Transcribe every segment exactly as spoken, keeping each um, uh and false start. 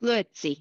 Grüezi,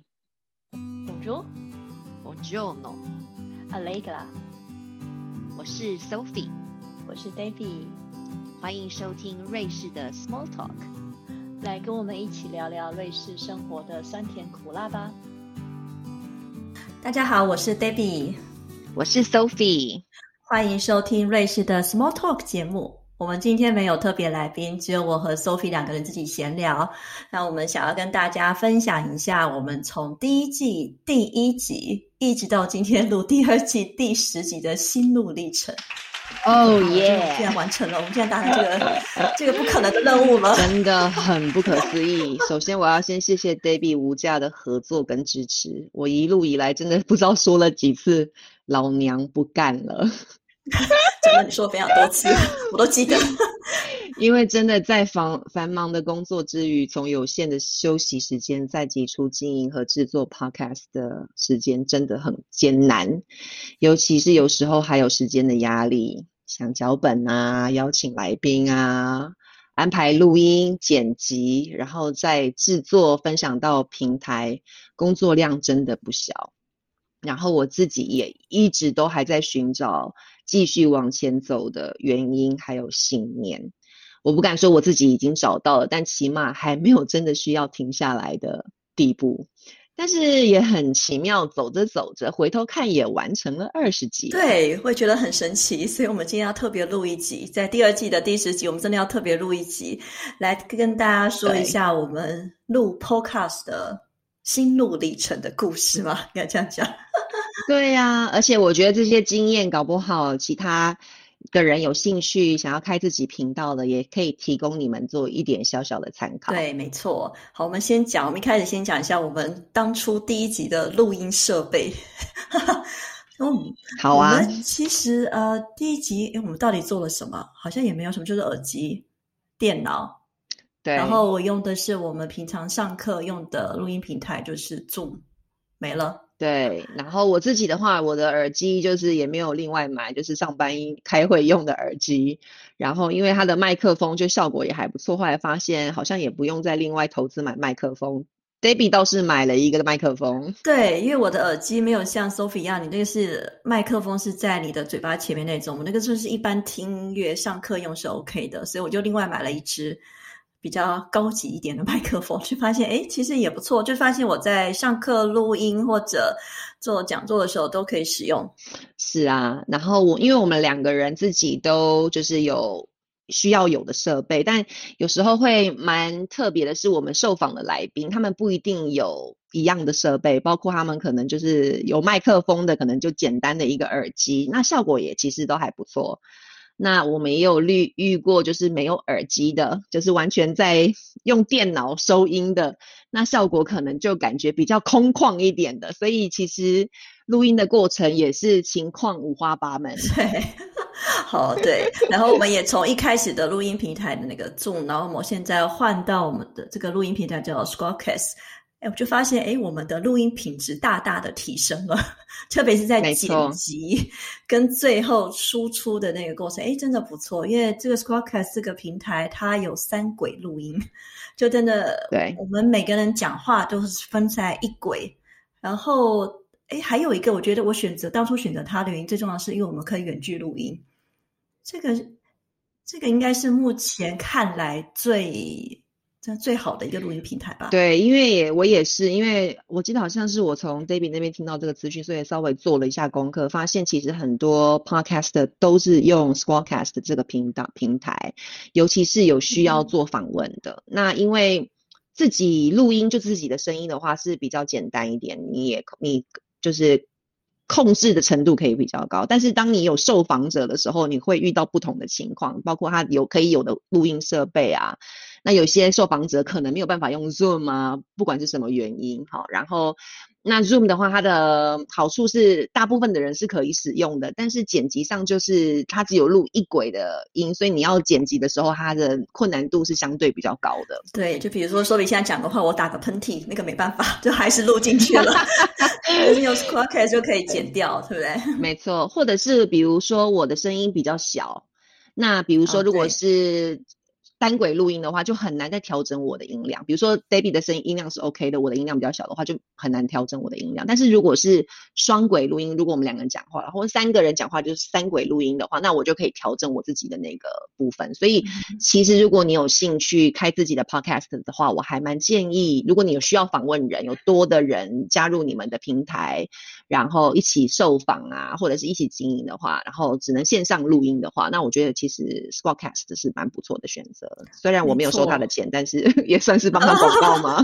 Bonjour, buongiorno. Allegra， 我是 Sophie， 我是 Davy， 欢迎收听瑞士的 Small Talk， 来跟我们一起聊聊瑞士生活的酸甜苦辣吧。大家好，我是 Davy， 我是 Sophie， 欢迎收听瑞士的 Small Talk 节目。我们今天没有特别来宾，只有我和 Sophie 两个人自己闲聊。那我们想要跟大家分享一下我们从第一季第一集一直到今天录第二季第十集的心路历程。 哦耶！ 竟然完成了，我们竟然达成这个这个不可能的任务了， 真的很不可思议。首先我要先谢谢 Debbie 无价的合作跟支持，我一路以来真的不知道说了几次老娘不干了。 真的你说了非常多次，我都记得。 因为真的在繁繁忙的工作之余，从有限的休息时间再挤出经营和制作 podcast 的时间真的很艰难，尤其是有时候还有时间的压力，想脚本啊，邀请来宾啊，安排录音剪辑，然后再制作分享到平台，工作量真的不小。然后我自己也一直都还在寻找继续往前走的原因还有信念。我不敢说我自己已经找到了，但起码还没有真的需要停下来的地步。但是也很奇妙，走着走着回头看也完成了二十集了。 对，会觉得很神奇，所以我们今天要特别录一集，在第二季的第十集我们真的要特别录一集，来跟大家说一下我们录 podcast 的心路历程的故事嘛，应该这样讲。 对呀、啊，而且我觉得这些经验搞不好其他的人有兴趣想要开自己频道的，也可以提供你们做一点小小的参考。 对，没错。好，我们先讲，我们一开始先讲一下我们当初第一集的录音设备。嗯， 好啊。 我们其实呃第一集，诶我们到底做了什么？好像也没有什么，就是耳机、电脑。 对。 然后我用的是我们平常上课用的录音平台，就是 Zoom， 没了。 对，然后我自己的话，我的耳机就是也没有另外买，就是上班开会用的耳机。然后因为它的麦克风就效果也还不错，后来发现好像也不用再另外投资买麦克风。Debbie 倒是买了一个麦克风。 对，因为我的耳机没有像 Sophie 一样，你那个是麦克风是在你的嘴巴前面那种，我那个就是一般听音乐上课用是 OK 的，所以我就另外买了一支比较高级一点的麦克风，就发现诶其实也不错，就发现我在上课录音或者做讲座的时候都可以使用。 是啊，然后我因为我们两个人自己都就是有需要有的设备，但有时候会蛮特别的是我们受访的来宾他们不一定有一样的设备，包括他们可能就是有麦克风的，可能就简单的一个耳机，那效果也其实都还不错。那我们也有遇遇过就是没有耳机的，就是完全在用电脑收音的，那效果可能就感觉比较空旷一点的，所以其实录音的过程也是情况五花八门。 对，好，对，然后我们也从一开始的录音平台的那个 Zoom， 然后我们现在换到我们的这个录音平台叫 Squadcast。哎，我就发现，哎，我们的录音品质大大的提升了，特别是在剪辑跟最后输出的那个过程，哎，真的不错。因为这个 Squadcast 这个平台，它有三轨录音，就真的， 对， 我们每个人讲话都是分在一轨。然后，哎，还有一个，我觉得我选择当初选择它的原因，最重要的是因为我们可以远距录音，这个这个应该是目前看来最。这最好的一个录音平台吧。 对，因为也我也是，因为我记得好像是我从 Debbie 那边听到这个资讯，所以稍微做了一下功课，发现其实很多 podcast 都是用 Squadcast 这个频道平台，尤其是有需要做访问的。嗯、那因为自己录音就自己的声音的话是比较简单一点，你也你就是控制的程度可以比较高，但是当你有受访者的时候，你会遇到不同的情况，包括他有可以有的录音设备啊。那有些受访者可能没有办法用 Zoom 啊，不管是什么原因，好，然后那 Zoom 的话，它的好处是大部分的人是可以使用的，但是剪辑上就是它只有录一轨的音，所以你要剪辑的时候，它的困难度是相对比较高的。 对，就比如说Sophie现在讲的话，我打个喷嚏，那个没办法，就还是录进去了。你有 Squadcast 就可以剪掉，对不对？ 没错，或者是比如说我的声音比较小，那比如说如果是、哦单轨录音的话，就很难再调整我的音量。比如说 Debbie 的声音音量是 OK 的，我的音量比较小的话，就很难调整我的音量。但是如果是双轨录音，如果我们两个人讲话，或者三个人讲话就是三轨录音的话，那我就可以调整我自己的那个部分。所以其实如果你有兴趣开自己的 podcast 的话，我还蛮建议，如果你有需要访问人，有多的人加入你们的平台，然后一起受访啊，或者是一起经营的话，然后只能线上录音的话，那我觉得其实 Squadcast 是蛮不错的选择。虽然我没有收他的钱，但是也算是帮他广告吗？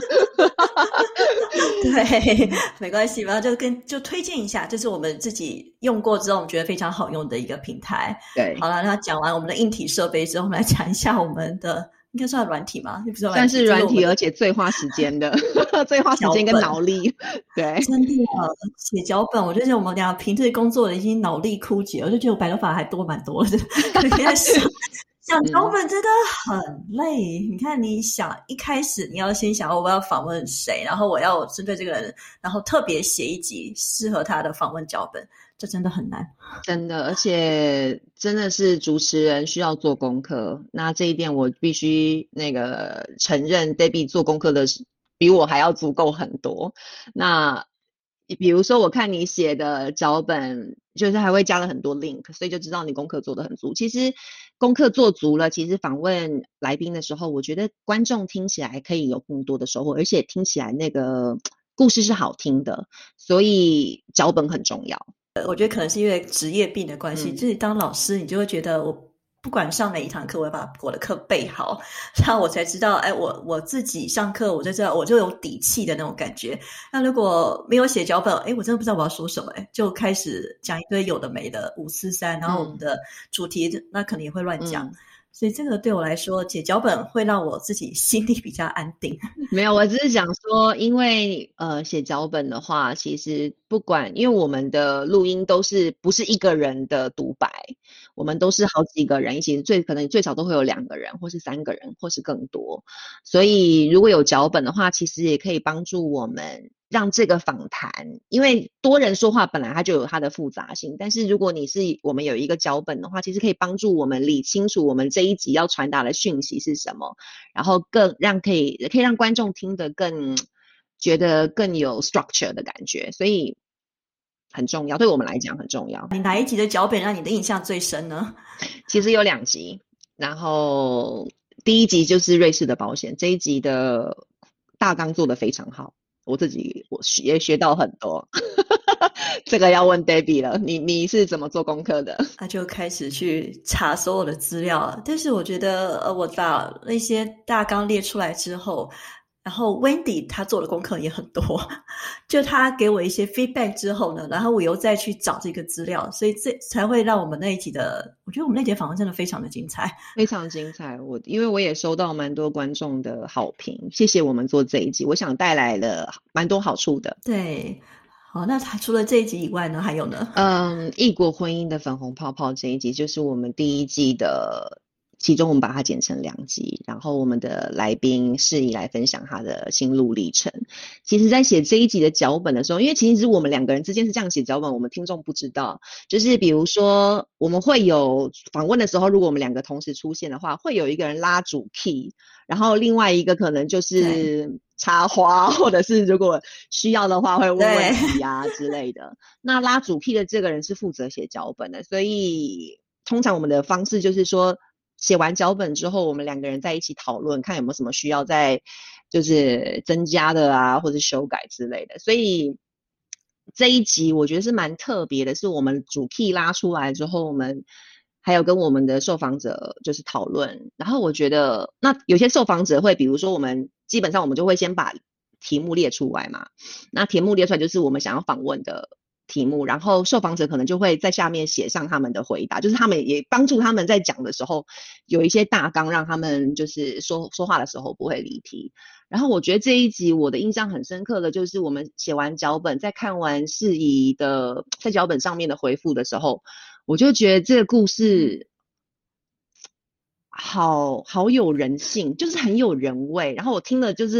对，没关系吧，就跟就推荐一下，这是我们自己用过之后我们觉得非常好用的一个平台。 对， 好了，那讲完我们的硬体设备之后，我们来讲一下我们的应该算软体吗？不算是软体，而且最花时间的，最花时间跟脑力。对， 真的写脚本，我就觉得我们俩平时工作的已经脑力枯竭，我就觉得我白头发还多蛮多的。想脚本真的很累、嗯、你看你想一开始你要先想我要访问谁，然后我要针对这个人然后特别写一集适合他的访问脚本，这真的很难， 真的，而且真的是主持人需要做功课，那这一点我必须那个承认 Debbie 做功课的比我还要足够很多。那比如说我看你写的脚本就是还会加了很多 link， 所以就知道你功课做得很足。其实功课做足了，其实访问来宾的时候，我觉得观众听起来可以有更多的收获，而且听起来那个故事是好听的，所以脚本很重要。 我觉得可能是因为职业病的关系、嗯、就是当老师你就会觉得我不管上哪一堂课我要把我的课备好，然后我才知道哎，我我自己上课我就知道我就有底气的那种感觉。那如果没有写脚本，哎，我真的不知道我要说什么，哎，就开始讲一堆有的没的五四三，然后我们的主题、嗯、那可能也会乱讲、嗯，所以这个对我来说写脚本会让我自己心里比较安定。 没有，我只是想说因为呃写脚本的话其实不管，因为我们的录音都是不是一个人的独白，我们都是好几个人一起，最可能最少都会有两个人或是三个人或是更多，所以如果有脚本的话其实也可以帮助我们让这个访谈，因为多人说话本来它就有它的复杂性，但是如果你是我们有一个脚本的话，其实可以帮助我们理清楚我们这一集要传达的讯息是什么，然后更让可以可以让观众听得更觉得更有 structure 的感觉，所以很重要，对我们来讲很重要。 你哪一集的脚本让你的印象最深呢？ 其实有两集，然后第一集就是瑞士的保险，这一集的大纲做得非常好，我自己我也学到很多。这个要问 Debbie 了，你你是怎么做功课的？ 他就开始去查所有的资料，但是我觉得呃，我把那些大纲列出来之后，然后 Wendy 她做的功课也很多，就她给我一些 feedback 之后呢，然后我又再去找这个资料，所以这才会让我们那一集的，我觉得我们那集访问真的非常的精彩， 非常精彩。我因为我也收到蛮多观众的好评，谢谢我们做这一集，我想带来了蛮多好处的。 对。好，那除了这一集以外呢，还有呢？ 嗯，异国婚姻的粉红泡泡这一集就是我们第一季的，其中我们把它剪成两集，然后我们的来宾适宜来分享他的心路历程。其实在写这一集的脚本的时候，因为其实我们两个人之间是这样写脚本，我们听众不知道，就是比如说我们会有访问的时候，如果我们两个同时出现的话，会有一个人拉主 key， 然后另外一个可能就是插花，或者是如果需要的话会问问题啊之类的。那拉主 key 的这个人是负责写脚本的，所以通常我们的方式就是说写完脚本之后，我们两个人在一起讨论，看有没有什么需要再就是增加的啊，或者修改之类的。所以这一集我觉得是蛮特别的，是我们主 key 拉出来之后，我们还有跟我们的受访者就是讨论，然后我觉得那有些受访者会比如说我们基本上我们就会先把题目列出来嘛，那题目列出来就是我们想要访问的题目，然后受访者可能就会在下面写上他们的回答，就是他们也帮助他们在讲的时候有一些大纲，让他们就是说说话的时候不会离题。然后我觉得这一集我的印象很深刻的就是我们写完脚本，在看完适宜的在脚本上面的回复的时候，我就觉得这个故事好好有人性，就是很有人味，然后我听了就是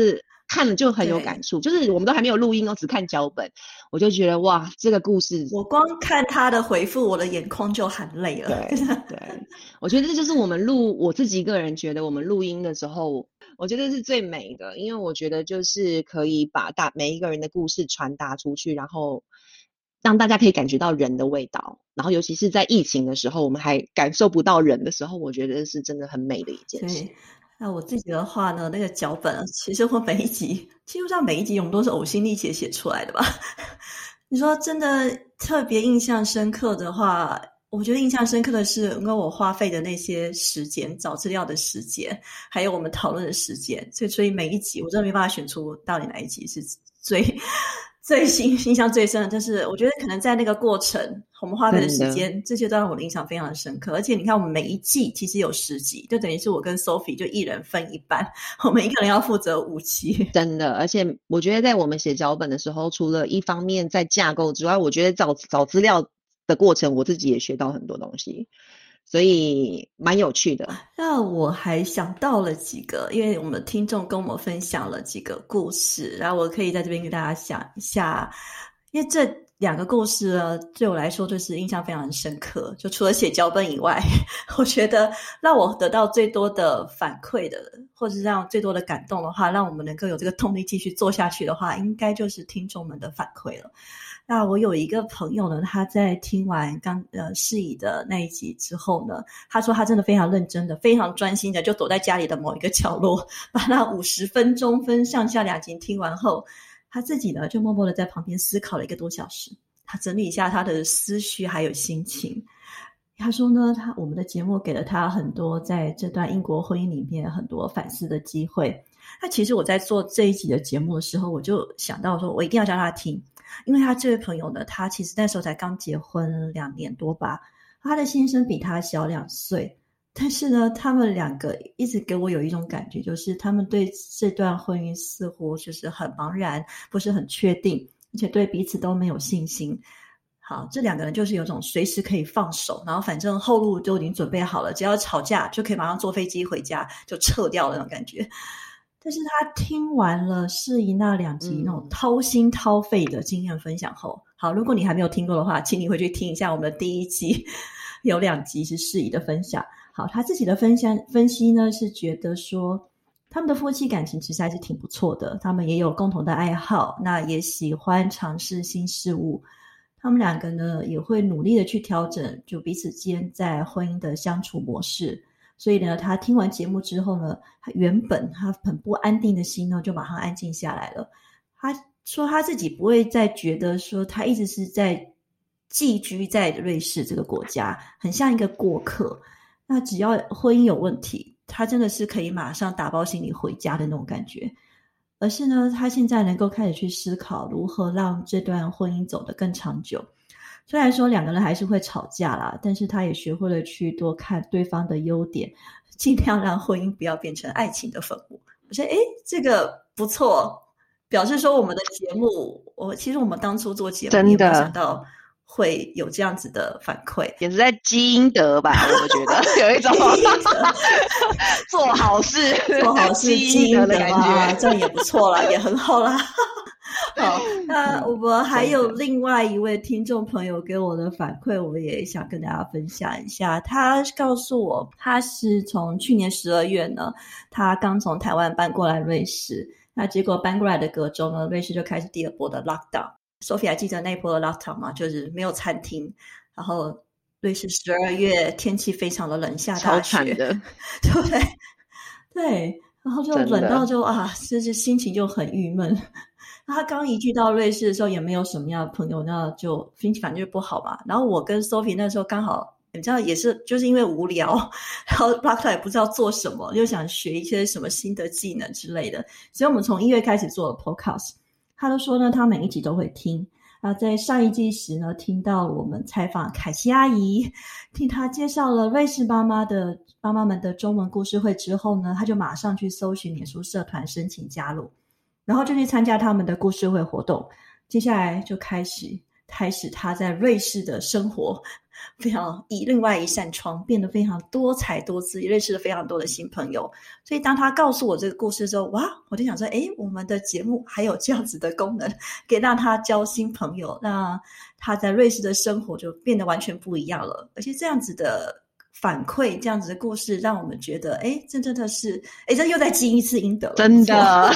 看了就很有感触，就是我们都还没有录音哦，只看脚本，我就觉得哇，这个故事， 我光看他的回复，我的眼眶就含泪了。 对对，我觉得这就是我们录，我自己个人觉得我们录音的时候，我觉得是最美的，因为我觉得就是可以把大每一个人的故事传达出去，然后让大家可以感觉到人的味道，然后尤其是在疫情的时候，我们还感受不到人的时候，我觉得是真的很美的一件事。 那我自己的话呢，那个脚本其实我每一集几乎上每一集我们都是呕心沥血写出来的吧。你说真的特别印象深刻的话，我觉得印象深刻的是因为我花费的那些时间，找资料的时间，还有我们讨论的时间，所以所以每一集我真的没办法选出到底哪一集是最最新印象最深的，就是我觉得可能在那个过程我们花费的时间，这些都让我的印象非常的深刻。而且你看我们每一季其实有十集，就等于是我跟 Sophie 就一人分一半，我们一个人要负责五集。 真的，而且我觉得在我们写脚本的时候，除了一方面在架构之外，我觉得找找资料的过程我自己也学到很多东西，所以蛮有趣的。 那我还想到了几个，因为我们的听众跟我们分享了几个故事，然后我可以在这边跟大家讲一下，因为这两个故事呢，对我来说就是印象非常深刻。就除了写脚本以外，我觉得让我得到最多的反馈的，或者是让最多的感动的话，让我们能够有这个动力继续做下去的话，应该就是听众们的反馈了。那我有一个朋友呢，他在听完刚呃释疑的那一集之后呢，他说他真的非常认真的、非常专心的，就躲在家里的某一个角落，把那五十分钟分上下两集听完后，他自己呢就默默的在旁边思考了一个多小时，他整理一下他的思绪还有心情。他说呢，他我们的节目给了他很多在这段英国婚姻里面很多反思的机会。那其实我在做这一集的节目的时候，我就想到说我一定要叫他听，因为他这位朋友呢，他其实那时候才刚结婚两年多吧，他的先生比他小两岁，但是呢，他们两个一直给我有一种感觉，就是他们对这段婚姻似乎就是很茫然，不是很确定，而且对彼此都没有信心。好，这两个人就是有种随时可以放手，然后反正后路都已经准备好了，只要吵架就可以马上坐飞机回家就撤掉了那种感觉。但是他听完了释疑那两集那种掏心掏肺的经验分享后，好，如果你还没有听过的话，请你回去听一下我们的第一集，有两集是释疑的分享。好，他自己的分享分析呢，是觉得说他们的夫妻感情其实还是挺不错的，他们也有共同的爱好，那也喜欢尝试新事物，他们两个呢也会努力的去调整就彼此间在婚姻的相处模式。所以呢，他听完节目之后呢，他原本他很不安定的心呢，就马上安静下来了。他说他自己不会再觉得说他一直是在寄居在瑞士这个国家，很像一个过客。那只要婚姻有问题，他真的是可以马上打包行李回家的那种感觉。而是呢，他现在能够开始去思考如何让这段婚姻走得更长久。虽然说两个人还是会吵架啦，但是他也学会了去多看对方的优点，尽量让婚姻不要变成爱情的坟墓。我说诶，这个不错，表示说我们的节目，我其实我们当初做节目也没有想到会有这样子的反馈， 也是在积阴德吧，我觉得有一种做好事做好事积阴德的感觉，这样也不错啦，也很好啦。好，那我们还有另外一位听众朋友给我的反馈，我也想跟大家分享一下。他告诉我，他是从去年十二月呢，他刚从台湾搬过来瑞士，那结果搬过来的隔周呢，瑞士就开始第二波的 lockdown。Sophie 还记得那一波的 lockdown 吗？就是没有餐厅，然后瑞士十二月天气非常的冷，下大雪，超惨的， 对不对？对，然后就冷到就啊，就是心情就很郁闷。他刚移居到瑞士的时候也没有什么样的朋友，那就心情反正就不好嘛。然后我跟 Sophie 那时候刚好你知道也是就是因为无聊，然后 Blocktalk 也不知道做什么，就想学一些什么新的技能之类的，所以我们从一月开始做了 podcast。 他都说呢他每一集都会听，啊，在上一季时呢听到我们采访凯西阿姨，听她介绍了瑞士妈妈的妈妈们的中文故事会之后呢，他就马上去搜寻脸书社团申请加入，然后就去参加他们的故事会活动。接下来就开始开始他在瑞士的生活非常以另外一扇窗变得非常多彩多姿，也认识了非常多的新朋友。所以当他告诉我这个故事之后，哇，我就想说，诶，我们的节目还有这样子的功能，可以让他交新朋友，那他在瑞士的生活就变得完全不一样了。而且这样子的反馈，这样子的故事让我们觉得，诶，这真的是，诶，这又在积一次阴德了， 真的。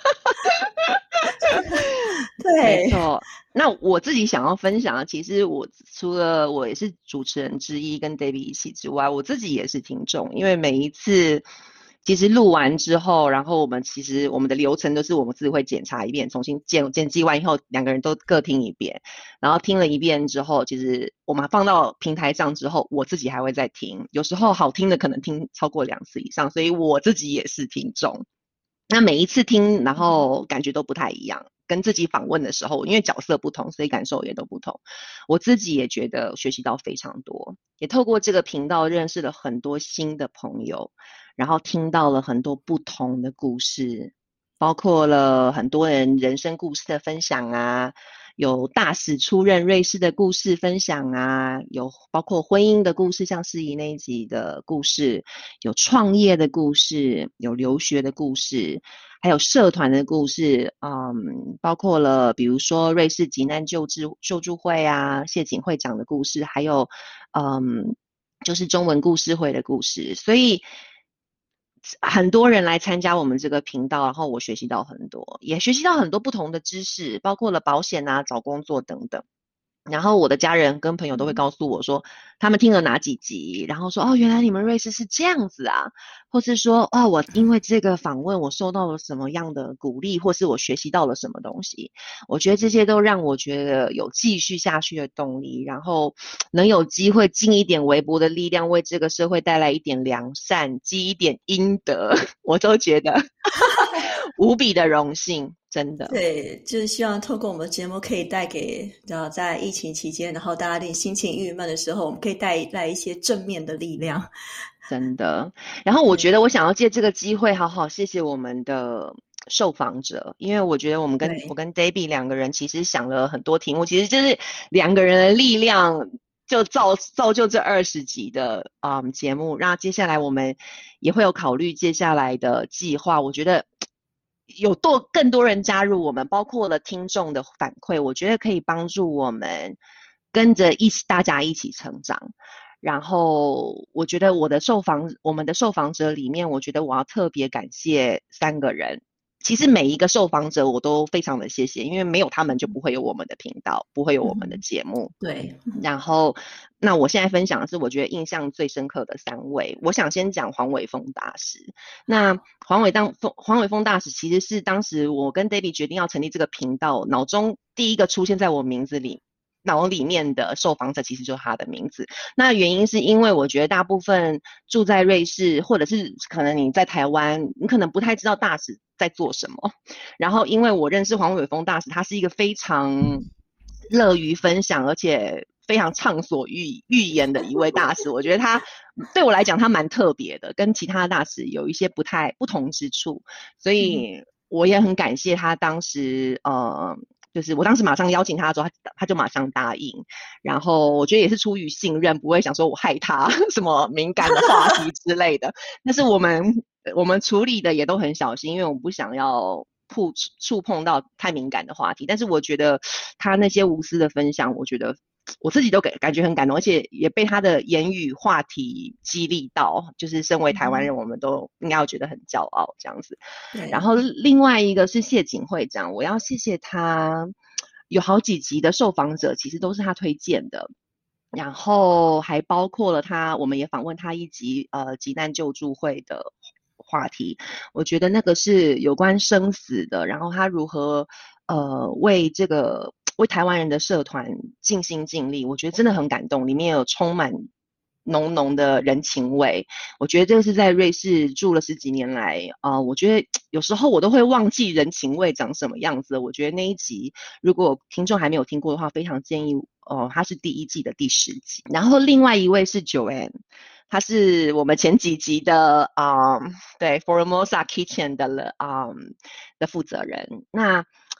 对， 没错。那我自己想要分享的，其实我除了我也是主持人之一，跟 David 一起之外，我自己也是听众。因为每一次其实录完之后，然后我们其实我们的流程都是我们自己会检查一遍，重新剪剪辑完以后，两个人都各听一遍，然后听了一遍之后，其实我们放到平台上之后，我自己还会再听，有时候好听的可能听超过两次以上，所以我自己也是听众。那每一次听，然后感觉都不太一样，跟自己访问的时候，因为角色不同，所以感受也都不同。我自己也觉得学习到非常多，也透过这个频道认识了很多新的朋友，然后听到了很多不同的故事，包括了很多人人生故事的分享啊，有大使出任瑞士的故事分享啊，有包括婚姻的故事，像诗怡那一集的故事，有创业的故事，有留学的故事，还有社团的故事，嗯，包括了比如说瑞士急难救治救助会啊，谢景会长的故事，还有嗯，就是中文故事会的故事。所以很多人来参加我们这个频道，然后我学习到很多，也学习到很多不同的知识，包括了保险啊、找工作等等。然后我的家人跟朋友都会告诉我说，他们听了哪几集，然后说哦，原来你们瑞士是这样子啊，或是说哦，我因为这个访问我受到了什么样的鼓励，或是我学习到了什么东西。我觉得这些都让我觉得有继续下去的动力，然后能有机会尽一点微薄的力量，为这个社会带来一点良善，积一点阴德，我都觉得无比的荣幸。真的， 对，就是希望透过我们的节目，可以带给呃在疫情期间，然后大家有点心情郁闷的时候，我们可以带来一些正面的力量。 真的。然后我觉得我想要借这个机会，好好谢谢我们的受访者，因为我觉得我们跟我跟 Debbie 两个人其实想了很多题目，其实就是两个人的力量就造造就这二十集的嗯节目。那接下来我们也会有考虑接下来的计划，我觉得有多更多人加入我们，包括了听众的反馈，我觉得可以帮助我们跟着一起大家一起成长。然后我觉得我的受访我们的受访者里面，我觉得我要特别感谢三个人。其实每一个受访者我都非常的谢谢，因为没有他们就不会有我们的频道，不会有我们的节目。 嗯、对。 然后那我现在分享的是我觉得印象最深刻的三位。我想先讲黄伟峰大使。那黄伟当黄伟峰大使其实是当时我跟 David 决定要成立这个频道，脑中第一个出现在我名字里脑里面的受访者其实就是他的名字。那原因是因为我觉得大部分住在瑞士，或者是可能你在台湾，你可能不太知道大使在做什么。然后因为我认识黄伟峰大使，他是一个非常乐于分享，而且非常畅所欲欲言的一位大使。我觉得他对我来讲他蛮特别的，跟其他大使有一些不太不同之处，所以我也很感谢他当时呃就是我当时马上邀请他之后，他他就马上答应。然后我觉得也是出于信任，不会想说我害他什么敏感的话题之类的。但是我们我们处理的也都很小心，因为我们不想要触触碰到太敏感的话题。但是我觉得他那些无私的分享，我觉得我自己都感觉很感动，而且也被他的言语话题激励到，就是身为台湾人，我们都应该要觉得很骄傲这样子。然后另外一个是谢景会长，我要谢谢他，有好几集的受访者其实都是他推荐的。然后还包括了他，我们也访问他一集呃急难救助会的话题，我觉得那个是有关生死的，然后他如何呃为这个为台湾人的社团尽心尽力，我觉得真的很感动，里面有充满浓浓的人情味。我觉得这个是在瑞士住了十几年来啊、呃，我觉得有时候我都会忘记人情味长什么样子。我觉得那一集如果听众还没有听过的话，非常建议哦、呃，它是第一季的第十集。然后另外一位是 Joanne， 他是我们前几集的啊、呃，对 Formosa Kitchen 的啊、呃、的负责人。那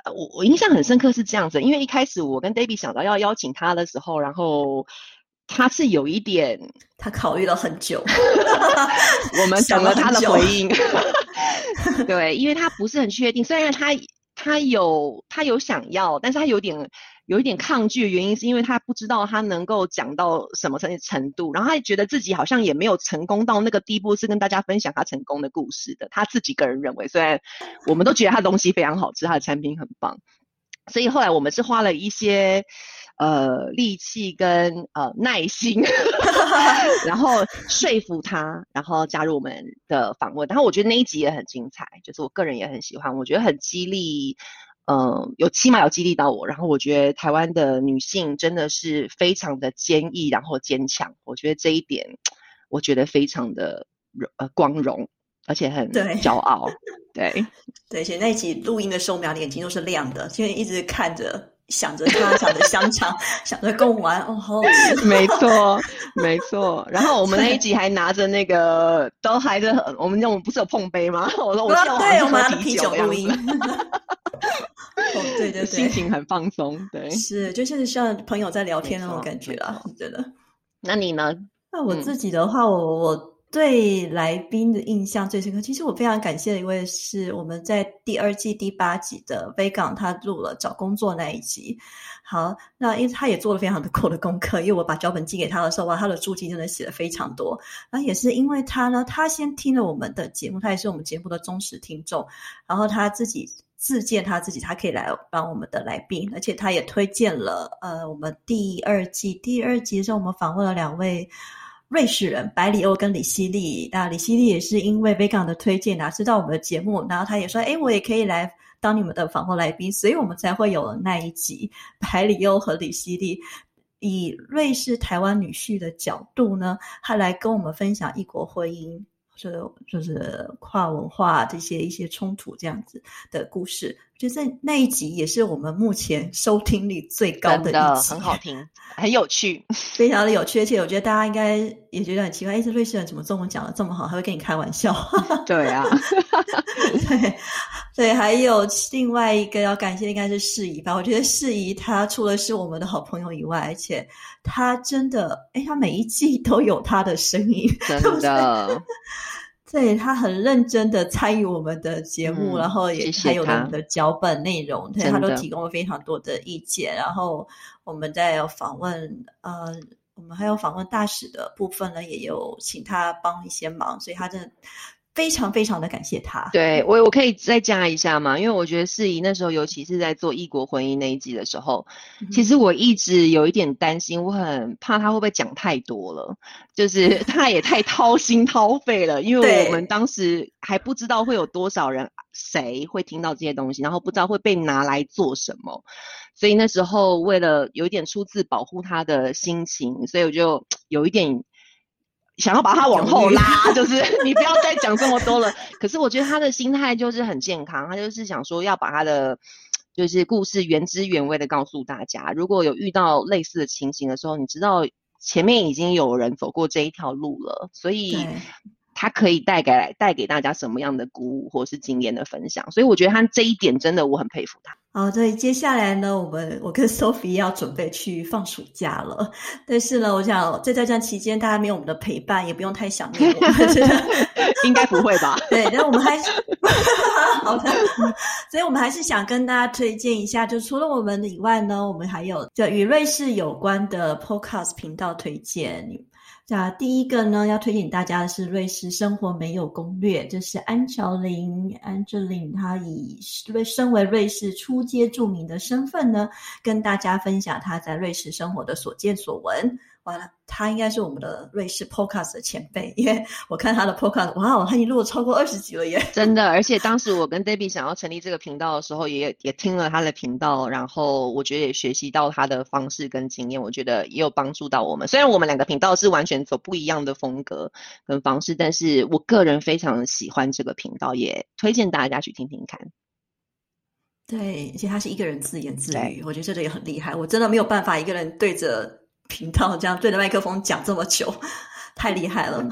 我我印象很深刻是这样子，因为一开始我跟 Debbie 想到要邀请他的时候，然后他是有一点， 他考虑了很久， 我们等了他的回应，对，因为他不是很确定，虽然他他有他有想要，但是他有点有一点抗拒的原因是因为他不知道他能够讲到什么程度，然后他觉得自己好像也没有成功到那个地步是跟大家分享他成功的故事的，他自己个人认为，虽然我们都觉得他的东西非常好吃，他的产品很棒，所以后来我们是花了一些呃力气跟呃耐心然后说服他，然后加入我们的访问，然后我觉得那一集也很精彩，就是我个人也很喜欢，我觉得很激励，嗯，有起码有激励到我，然后我觉得台湾的女性真的是非常的坚毅，然后坚强，我觉得这一点我觉得非常的呃光荣，而且很骄傲。对对对，其实那一集录音的时候，我们俩的眼睛都是亮的，因为一直看着想着他，想着香肠，想着跟我玩，哦，好好吃。 没错，没错。然后我们那一集还拿着那个，都还是我们我们不是有碰杯吗？我说我记得我好像喝啤酒录音。 哦，对对对， 心情很放松，对， 是，就是像朋友在聊天那种感觉啊，真的。 那你呢？ 那我自己的话，嗯、我我对来宾的印象最深刻，其实我非常感谢的一位是我们在第二季第八集的 Vegan， 他录了找工作那一集。好，那因为他也做了非常的够的功课，因为我把脚本寄给他的时候，哇，他的注记真的写了非常多。然后也是因为他呢，他先听了我们的节目，他也是我们节目的忠实听众，然后他自己自荐他自己，他可以来帮我们的来宾，而且他也推荐了呃，我们第二季第二集的时候，我们访问了两位瑞士人，百里欧跟李希利。那李希利也是因为 Vegan 的推荐啊，知道我们的节目，然后他也说，诶，我也可以来当你们的访问来宾，所以我们才会有了那一集百里欧和李希利以瑞士台湾女婿的角度呢，他来跟我们分享异国婚姻，就是就是跨文化这些一些冲突这样子的故事。我觉得那一集也是我们目前收听率最高的一集，真的很好听，很有趣， 非常的有趣。而且我觉得大家应该也觉得很奇怪，诶，这瑞士人怎么中文讲得这么好，还会跟你开玩笑。 对啊对对，还有另外一个要感谢应该是世仪吧。我觉得世仪他除了是我们的好朋友以外，而且他真的诶他每一季都有他的声音， 真的对，他很认真的参与我们的节目，嗯、然后也还有我们的脚本内容，对，他都提供了非常多的意见。然后我们在有访问呃，我们还有访问大使的部分呢，也有请他帮一些忙，所以他真的非常非常的感谢他。 对，我我可以再加一下嘛，因为我觉得世仪那时候，尤其是在做异国婚姻那一集的时候，嗯、其实我一直有一点担心，我很怕他会不会讲太多了，就是他也太掏心掏肺了，因为我们当时还不知道会有多少人谁会听到这些东西，然后不知道会被拿来做什么，所以那时候为了有一点出自保护他的心情，所以我就有一点想要把他往后拉，就是你不要再讲这么多了。可是我觉得他的心态就是很健康，他就是想说要把他的就是故事原汁原味的告诉大家。如果有遇到类似的情形的时候，你知道前面已经有人走过这一条路了，所以他可以带给带给大家什么样的鼓舞或是经验的分享。所以我觉得他这一点真的我很佩服他。 好，对，接下来呢，我们我跟 Sophie 要准备去放暑假了，但是呢，我想在这段期间，大家没有我们的陪伴，也不用太想念我们， 应该不会吧？ 对，但我们还是好的，所以我们还是想跟大家推荐一下，就除了我们以外呢，我们还有就与瑞士有关的 Podcast 频道推荐。那第一个呢，要推荐大家的是瑞士生活没有攻略，这是安乔琳 Angeline， 她以身为瑞士初阶著名的身份呢，跟大家分享她在瑞士生活的所见所闻。完了，他应该是我们的瑞士 podcast 的前辈，因为我看他的 podcast， 哇，他已经录了超过二十集了耶！ 真的，而且当时我跟 Debbie 想要成立这个频道的时候，也也听了他的频道，然后我觉得也学习到他的方式跟经验，我觉得也有帮助到我们。虽然我们两个频道是完全走不一样的风格跟方式，但是我个人非常喜欢这个频道，也推荐大家去听听看。 对，而且他是一个人自言自语，我觉得这个也很厉害。我真的没有办法一个人对着频道这样对着麦克风讲这么久，太厉害了。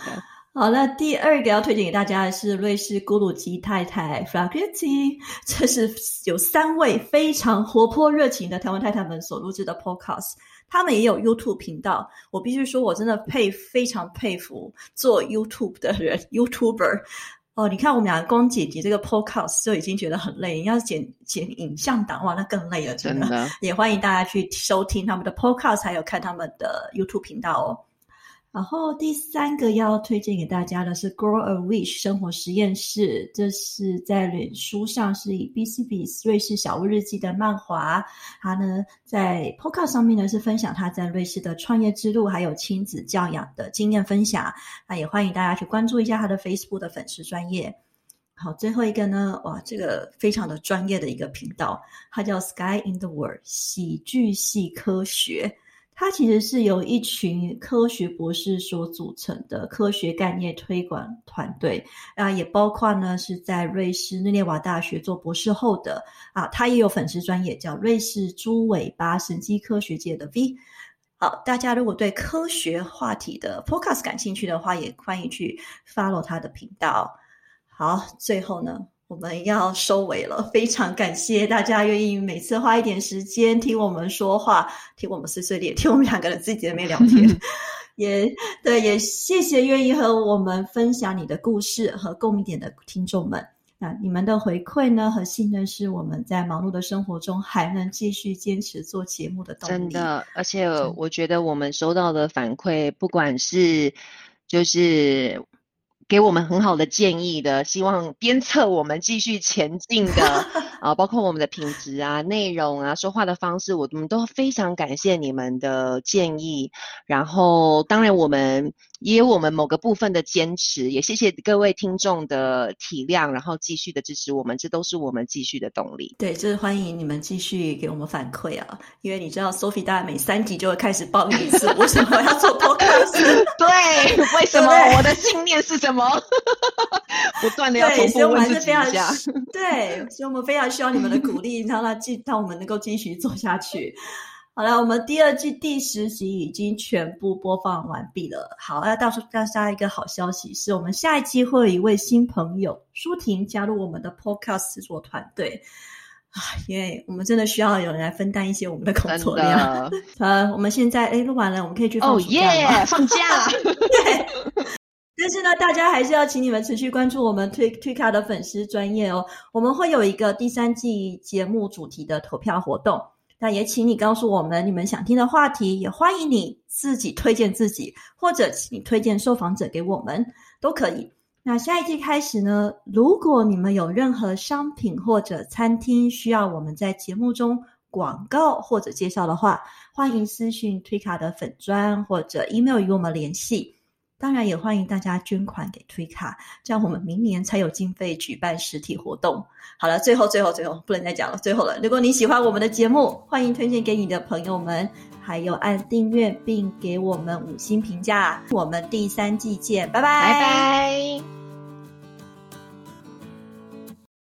好，那第二个要推荐给大家的是瑞士咕噜鸡太太 Fragetti， 这是有三位非常活泼热情的台湾太太们所录制的 podcast， 他们也有 YouTube 频道。我必须说我真的佩非常佩服做 YouTube 的人 YouTuber。哦，你看我们俩光剪辑这个 podcast 就已经觉得很累，要剪剪影像档哇，那更累了，真的。 真的也欢迎大家去收听他们的 podcast， 还有看他们的 YouTube 频道哦。然后第三个要推荐给大家的是 Grow a Wish 生活实验室，这是在脸书上是以 B C B 瑞士小屋日记的漫画，他呢在 Podcast 上面呢是分享他在瑞士的创业之路还有亲子教养的经验分享，那也欢迎大家去关注一下他的 Facebook 的粉丝专页。好，最后一个呢，哇，这个非常的专业的一个频道，它叫 Sky in the World 喜剧系科学。它其实是由一群科学博士所组成的科学概念推广团队啊，也包括呢是在瑞士日内瓦大学做博士后的啊，他也有粉丝专页叫瑞士猪尾巴神经科学界的 V。好，大家如果对科学话题的 podcast 感兴趣的话，也欢迎去 follow 他的频道。好，最后呢我们要收尾了，非常感谢大家愿意每次花一点时间听我们说话，听我们碎碎念，听我们两个人自己在那边聊天也对，也谢谢愿意和我们分享你的故事和共鸣点的听众们。那你们的回馈呢和信任是我们在忙碌的生活中还能继续坚持做节目的动力。 真的，而且我觉得我们收到的反馈，不管是就是给我们很好的建议的，希望鞭策我们继续前进的啊，包括我们的品质啊、内容啊、说话的方式，我们都非常感谢你们的建议。然后，当然我们也有我们某个部分的坚持，也谢谢各位听众的体谅，然后继续的支持我们，这都是我们继续的动力。 对，就是欢迎你们继续给我们反馈啊，因为你知道 Sophie 大概每三集就会开始抱怨一次，为什么要做 podcast？ 对，为什么？我的信念是什么？不断的要重复问自己一下。 对，所以我们非常需要你们的鼓励，让它继让我们能够继续做下去。好了，我们第二季第十集已经全部播放完毕了。好，要告诉大家一个好消息，是我们下一季会有一位新朋友舒婷加入我们的 podcast 制作团队。啊，因为我们真的需要有人来分担一些我们的工作量。呃，我们现在哎录完了，我们可以去放暑假吗？ 哦耶，放假。 对。但是呢，大家还是要请你们持续关注我们推推卡的粉丝专页哦。我们会有一个第三季节目主题的投票活动，那也请你告诉我们你们想听的话题，也欢迎你自己推荐自己，或者请你推荐受访者给我们，都可以。那下一季开始呢，如果你们有任何商品或者餐厅需要我们在节目中广告或者介绍的话，欢迎私讯推卡的粉专或者 email 与我们联系。当然也欢迎大家捐款给推卡，这样我们明年才有经费举办实体活动。好了，最后最后最后不能再讲了，最后了，如果你喜欢我们的节目，欢迎推荐给你的朋友们，还有按订阅并给我们五星评价。我们第三季见，拜拜， 拜拜。